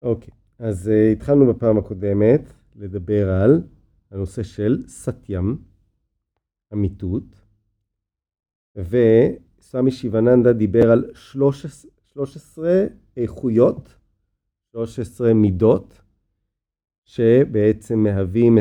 אוקיי, אז התחלנו בפעם הקודמת לדבר על הנושא של סטיים, אמיתות, וסמי שיבננדה דיבר על 13 איכויות, 13 מידות, שבעצם מהווים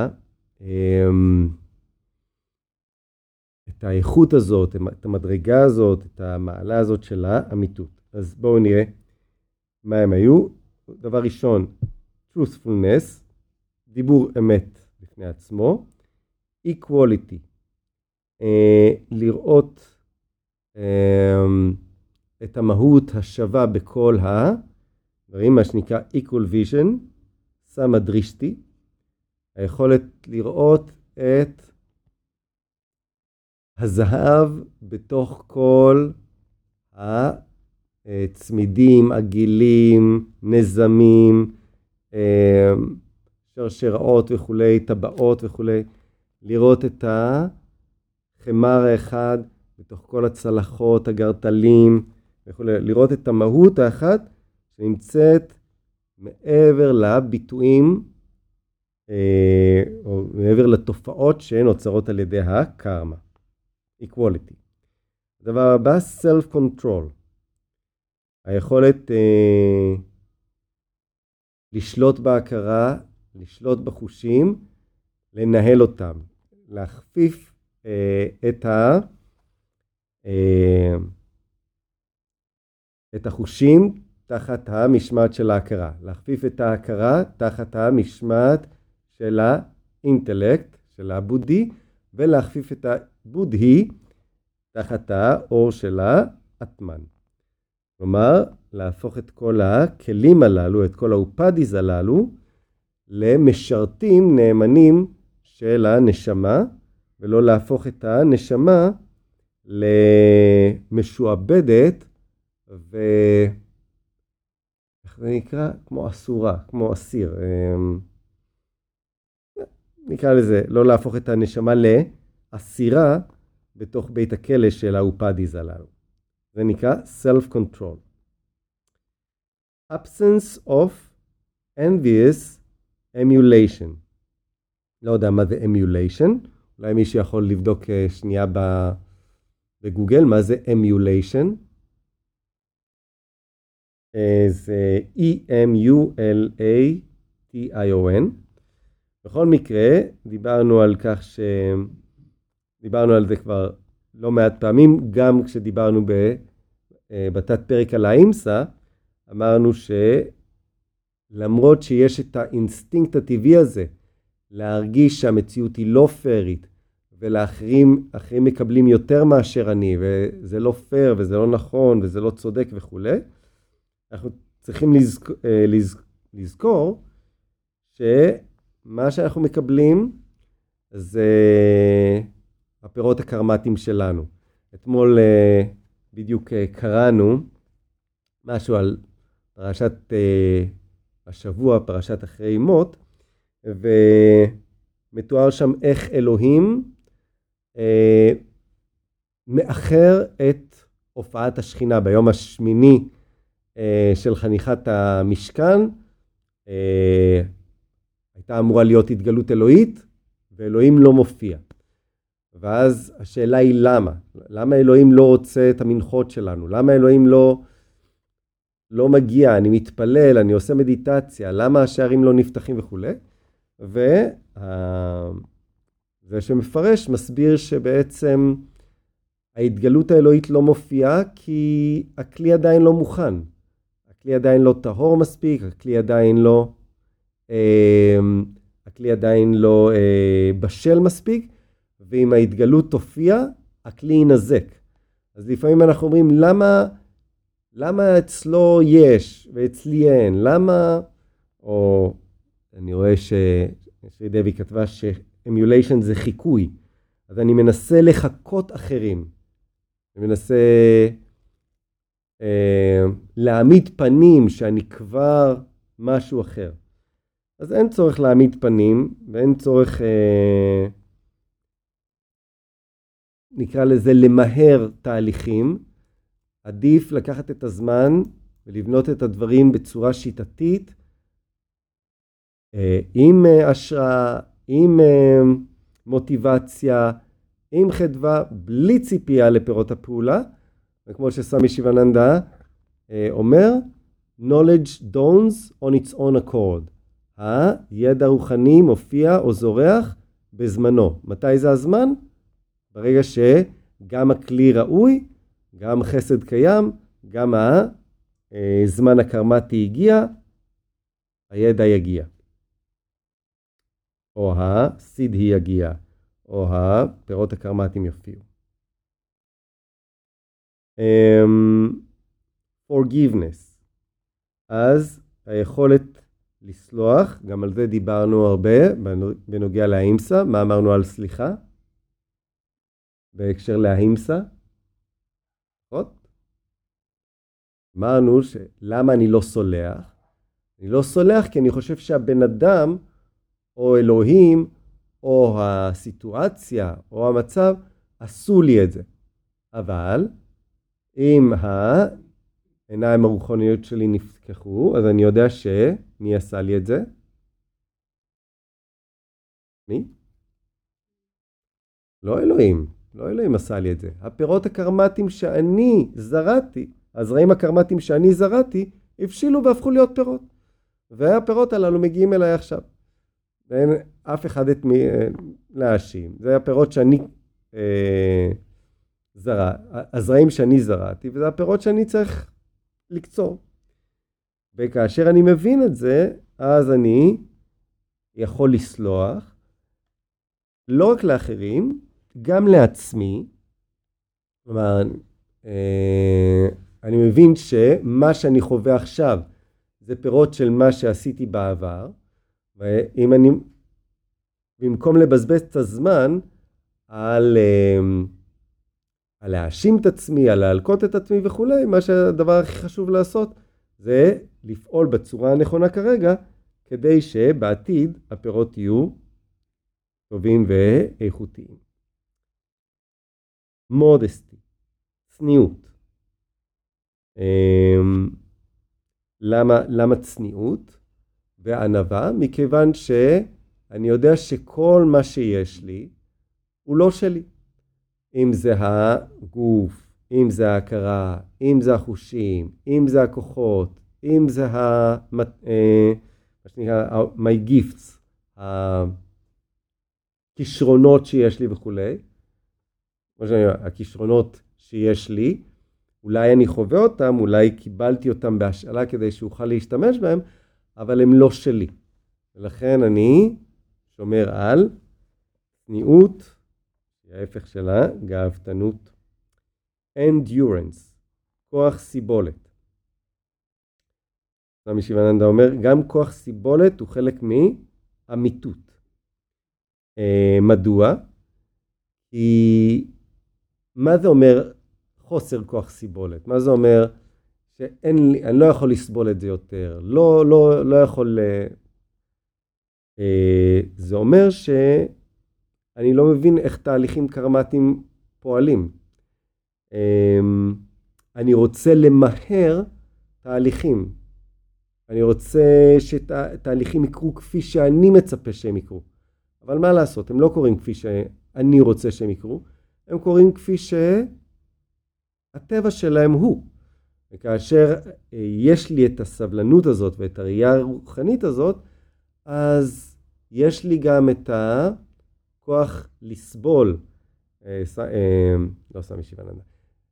את האיכות הזאת, את המדרגה הזאת, את המעלה הזאת של האמיתות. אז בואו נראה מה הם היו. דבר ראשון, truthfulness, דיבור אמת בפני עצמו. equality, לראות את המהות השווה בכל הדברים, מה שנקרא equal vision. סמדרישטי, היכולת לראות את הזהב בתוך כל הצמידים, עגילים, נזמים, שרשראות וכולי, טבעות וכולי, לראות את החמר האחד בתוך כל הצלחות, הגרטלים וכולי, לראות את המהות האחת שנמצאת מעבר לביטויים או מעבר לתופעות שנוצרות על ידי הקרמה. equality. הדבר הבא, self-control. היכולת לשלוט בהכרה, לשלוט בחושים, לנהל אותם, להכפיף את החושים תחת המשמעת של ההכרה. להכפיף את ההכרה תחת המשמעת של האינטלקט, של הבודהי, ולהכפיף את הבודהי תחת האור של האטמן. כלומר, להפוך את כל הכלים הללו, את כל האופדיז הללו, למשרתים נאמנים של הנשמה, ולא להפוך את הנשמה למשועבדת איך זה נקרא? כמו אסורה, כמו אסיר. נקרא לזה, לא להפוך את הנשמה לאסירה בתוך בית הכלא של האופדיז הללו. זה נקרא self-control. absence of envious emulation. לא יודע מה זה emulation. אולי מישהו יכול לבדוק שנייה בגוגל מה זה emulation. זה E-M-U-L-A-T-I-O-N. בכל מקרה, דיברנו על זה כבר לא מעט פעמים, גם כשדיברנו בתת פרק על האימסה, אמרנו שלמרות שיש את האינסטינקט הטבעי הזה, להרגיש שהמציאות היא לא פיירית, ולאחרים מקבלים יותר מאשר אני, וזה לא פייר, וזה לא נכון, וזה לא צודק וכו'. אנחנו צריכים לזכור שמה שאנחנו מקבלים זה הפירות הקרמטיים שלנו. אתמול בדיוק קראנו משהו על פרשת השבוע, פרשת אחרי מות, ומתואר שם איך אלוהים מאחר את הופעת השכינה ביום השמיני של חניכת המשכן. הייתה אמורה להיות התגלות אלוהית, ואלוהים לא מופיע. ואז השאלה היא למה? למה אלוהים לא רוצה את המנחות שלנו? למה אלוהים לא מגיע? אני מתפלל, אני עושה מדיטציה, למה השערים לא נפתחים וכו'. וזה שמפרש מסביר שבעצם ההתגלות האלוהית לא מופיעה, כי הכלי עדיין לא מוכן. הכלי עדיין לא טהור מספיק, הכלי עדיין לא בשל מספיק, ואם ההתגלות תופיע, הכלי ינזק. אז לפעמים אנחנו אומרים, למה אצלו יש ואצלי אין? למה? או אני רואה ששרי דבי כתבה שאמיוליישן זה חיקוי. אז אני מנסה לחכות אחרים. אני מנסה להעמיד פנים שאני כבר משהו אחר. אז אין צורך להעמיד פנים, ואין צורך, נקרא לזה, למהר תהליכים. עדיף לקחת את הזמן ולבנות את הדברים בצורה שיטתית, עם השראה, עם מוטיבציה, עם חדווה, בלי ציפייה לפירות הפעולה, וכמו שסמי שיבננדה אומר, knowledge dawns on its own accord. הידע רוחני מופיע או זורח בזמנו. מתי זה הזמן? ברגע שגם הכלי ראוי, גם חסד קיים, גם הזמן הקרמטי הגיע, הידע יגיע. או הסיד היא יגיע, או הפירות הקרמטיים יופיעו. forgiveness. אז היכולת לסלוח, גם על זה דיברנו הרבה בנוגע להימסה. מה אמרנו על סליחה? בהקשר להימסה? אמרנו למה אני לא סולח? אני לא סולח כי אני חושב שהבן אדם או אלוהים או הסיטואציה או המצב עשו לי את זה. אבל אם העיניים הרוחניות שלי נפתחו, אז אני יודע שמי עשה לי את זה? מי? לא אלוהים. לא אלוהים עשה לי את זה. הפירות הקרמטיים שאני זרעתי, הזרעים הקרמטיים שאני זרעתי, הבשילו והפכו להיות פירות. והפירות הללו מגיעים אליי עכשיו. ואין אף אחד את מי להאשים. זה הפירות שאני הזרעים שאני זרעתי, וזה הפירות שאני צריך לקצור. וכאשר אני מבין את זה, אז אני יכול לסלוח, לא רק לאחרים, גם לעצמי. כלומר, אני מבין שמה שאני חווה עכשיו, זה פירות של מה שעשיתי בעבר, ואם אני, במקום לבזבז את הזמן על להאשים את עצמי, על להלקות את עצמי וכו', מה שהדבר הכי חשוב לעשות, זה לפעול בצורה הנכונה כרגע, כדי שבעתיד הפירות יהיו טובים ואיכותיים. מודסטי, צניעות. למה צניעות וענווה? מכיוון שאני יודע שכל מה שיש לי הוא לא שלי. אם זה הגוף, אם זה ההכרה, אם זה החושים, אם זה הכוחות, אם זה מה שנקרא my gifts, הכישרונות שיש לי וכו'. הכישרונות שיש לי, אולי אני חווה אותם, אולי קיבלתי אותם בהשאלה כדי שאוכל להשתמש בהם, אבל הם לא שלי. ולכן אני שומר על צניעות, ההפך שלה, גאוותנות. endurance, כוח סיבולת. סמי שיבננדה אומר, גם כוח סיבולת הוא חלק מאמיתות. מדוע? כי מה זה אומר חוסר כוח סיבולת? מה זה אומר שאין לי, אני לא יכול לסבול את זה יותר? לא יכול. זה אומר שאני לא מבין איך תהליכים קרמטיים פועלים. אני רוצה למהר תהליכים. אני רוצה שתהליכים יקרו כפי שאני מצפה שהם יקרו. אבל מה לעשות? הם לא קוראים כפי שאני רוצה שהם יקרו. הם קוראים כפי שהטבע שלהם הוא. וכאשר יש לי את הסבלנות הזאת ואת הראייה הרוחנית הזאת, אז יש לי גם את הכוח לסבול. לא סמי שיבננדה.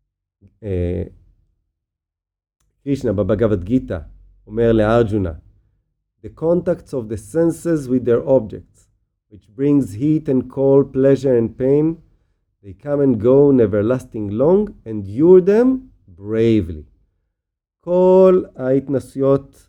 קרישנה בבגבד גיטה אומר לארג'ונה, The contacts of the senses with their objects, which brings heat and cold, pleasure and pain, they come and go, never lasting long, endure them bravely. כל ההתנסויות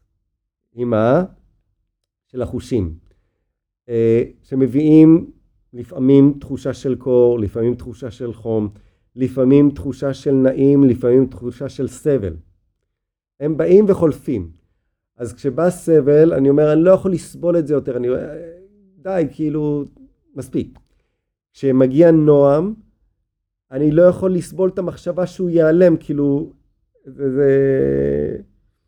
של החושים, שמביאים לפעמים תחושה של קור, לפעמים תחושה של חום, לפעמים תחושה של נעים, לפעמים תחושה של סבל. הם באים וחולפים. אז כשבא סבל, אני אומר, אני לא יכול לסבול את זה יותר, די, כאילו, מספיק. כשמגיע נועם, אני לא יכול לסבול את המחשבה שהוא ייעלם, כאילו,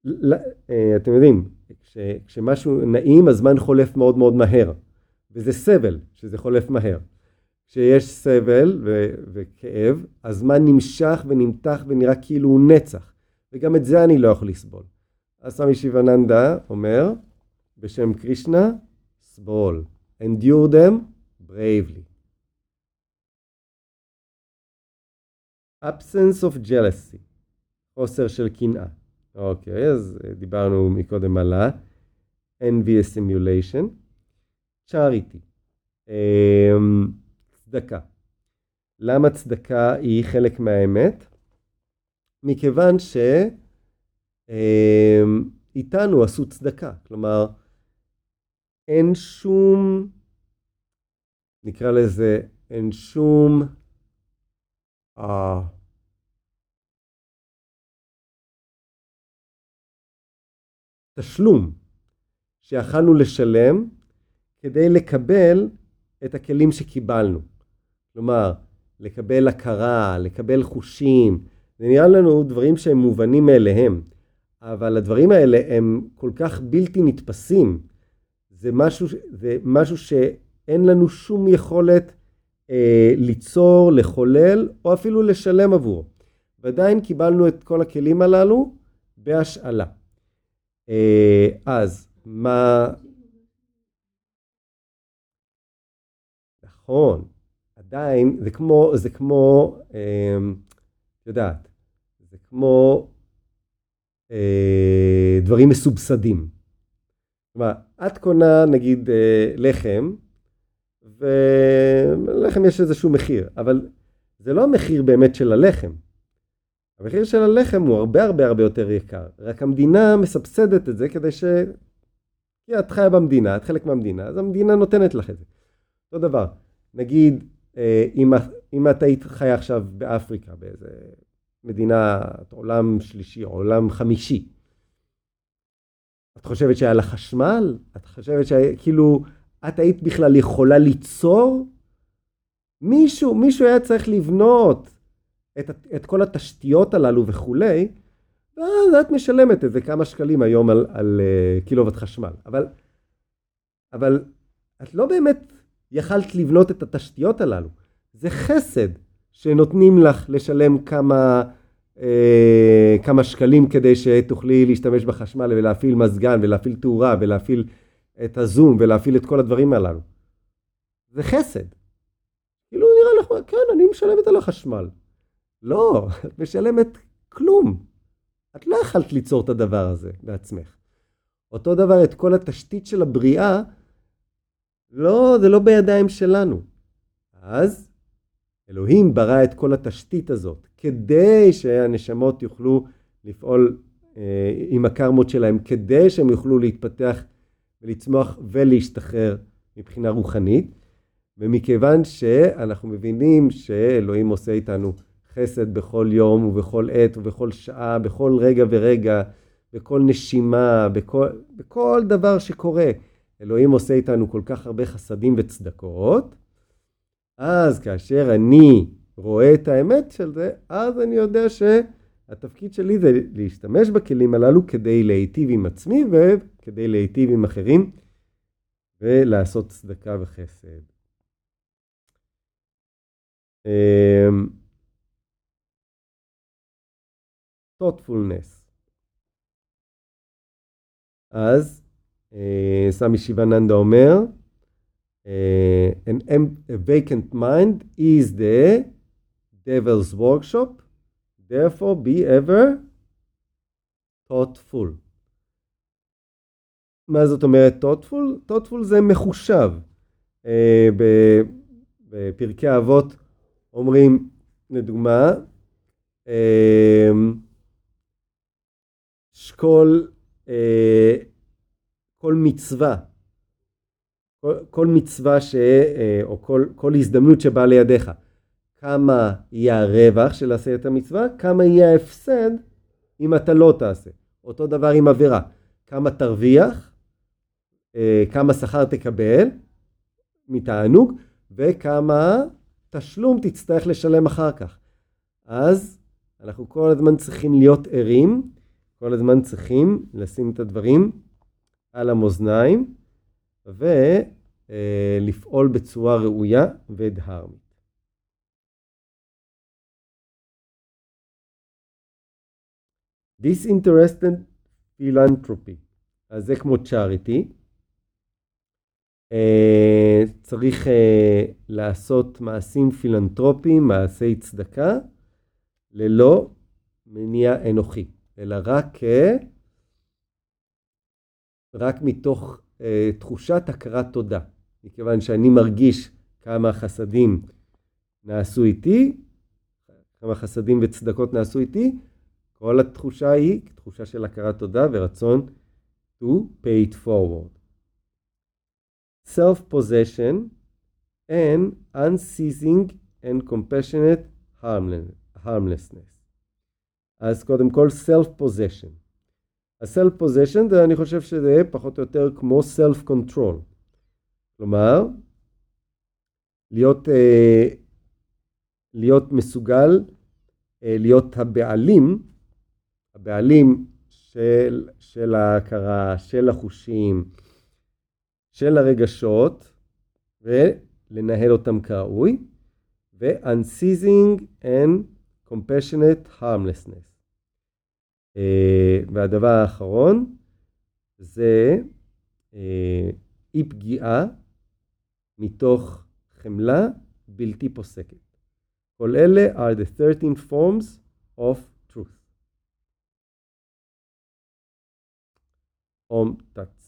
אתם יודעים, כשמשהו נעים, הזמן חולף מאוד מאוד מהר. וזה סבל, שזה חולף מהר. כשיש סבל וכאב, הזמן נמשך ונמתח ונראה כאילו הוא נצח. וגם את זה אני לא יכול לסבול. אז סמי שיבננדה אומר, בשם קרישנה, סבול. Endure them bravely. Absence of jealousy. חוסר של קנאה. אוקיי, אז דיברנו מקודם על envious simulation. charity. צדקה. למה צדקה היא חלק מהאמת? מכיוון איתנו עשו צדקה. כלומר, אין שום, נקרא לזה, אין שום תשלום שיכלנו לשלם כדי לקבל את הכלים שקיבלנו. כלומר, לקבל הכרה, לקבל חושים. זה נראה לנו דברים שהם מובנים מאליהם, אבל הדברים האלה הם כל כך בלתי נתפסים. זה משהו שאין לנו שום יכולת ליצור, לחולל, או אפילו לשלם עבור. ועדיין קיבלנו את כל הכלים הללו בהשאלה. אז מה... נכון, עדיין זה כמו, יודעת, זה כמו דברים מסובסדים. כלומר, את קונה נגיד לחם, ולחם יש איזשהו מחיר, אבל זה לא המחיר באמת של הלחם. המחיר של הלחם הוא הרבה הרבה הרבה יותר יקר. רק המדינה מסבסדת את זה כדי כי את חיה במדינה, את חלק מהמדינה, אז המדינה נותנת לך את זה. אותו דבר, נגיד, אם את היית חיה עכשיו באפריקה, באיזה מדינה, עולם שלישי, עולם חמישי, את חושבת שהיה לה חשמל? את חושבת שכאילו, את היית בכלל יכולה ליצור? מישהו היה צריך לבנות את כל התשתיות הללו וכולי, ואז את משלמת איזה כמה שקלים היום על קילוואט חשמל. אבל את לא באמת יכלת לבנות את התשתיות הללו. זה חסד שנותנים לך לשלם כמה שקלים כדי שתוכלי להשתמש בחשמל ולהפעיל מזגן ולהפעיל תאורה ולהפעיל את הזום ולהפעיל את כל הדברים הללו. זה חסד. כאילו נראה לך, כן, אני משלמת על החשמל. לא, את משלמת כלום. את לא יכלת ליצור את הדבר הזה בעצמך. אותו דבר, את כל התשתית של הבריאה, לא, זה לא בידיים שלנו. אז אלוהים ברא את כל התשתית הזאת, כדי שהנשמות יוכלו לפעול עם הקרמות שלהם, כדי שהם יוכלו להתפתח ולצמוח ולהשתחרר מבחינה רוחנית. ומכיוון שאנחנו מבינים שאלוהים עושה איתנו חסד בכל יום ובכל עת ובכל שעה, בכל רגע ורגע, בכל נשימה, בכל דבר שקורה. אלוהים עושה איתנו כל כך הרבה חסדים וצדקות, אז כאשר אני רואה את האמת של זה, אז אני יודע שהתפקיד שלי זה להשתמש בכלים הללו כדי להיטיב עם עצמי וכדי להיטיב עם אחרים ולעשות צדקה וחסד. thoughtfulness. אז סמי שיבננדה אומר, a vacant mind is the devil's workshop, therefore be ever thoughtful. מה זאת אומרת thoughtful? thoughtful זה מחושב. בפרקי האבות אומרים, לדוגמה, שכל כל מצווה, כל מצווה או כל הזדמנות שבאה לידיך, כמה יהיה הרווח של לעשה את המצווה, כמה יהיה ההפסד אם אתה לא תעשה. אותו דבר עם עבירה, כמה תרוויח, כמה שכר תקבל מתענוג, וכמה תשלום תצטרך לשלם אחר כך. אז אנחנו כל הזמן צריכים להיות ערים, כל הזמן צריכים לשים את הדברים על המאזניים, ולפעול בצורה ראויה ודהרמית. Disinterested philanthropy, אז זה כמו charity. צריך לעשות מעשים פילנטרופיים, מעשי צדקה, ללא מניע אנוכי, אלא רק מתוך תחושת הכרת תודה. מכיוון שאני מרגיש כמה חסדים נעשו איתי, כמה חסדים וצדקות נעשו איתי, כל התחושה היא תחושה של הכרת תודה ורצון to pay it forward. Self-possession and unceasing and compassionate harmlessness. אז קודם כל self-possession. ה-self-possession זה אני חושב שזה פחות או יותר כמו self-control. כלומר, להיות מסוגל, להיות הבעלים של ההכרה, של החושים, של הרגשות, ולנהל אותם כראוי, ו-unceasing and compassionate harmlessness. והדבר האחרון זה אי פגיעה מתוך חמלה בלתי פוסקת. כל אלה are the 13 forms of truth. Om Tat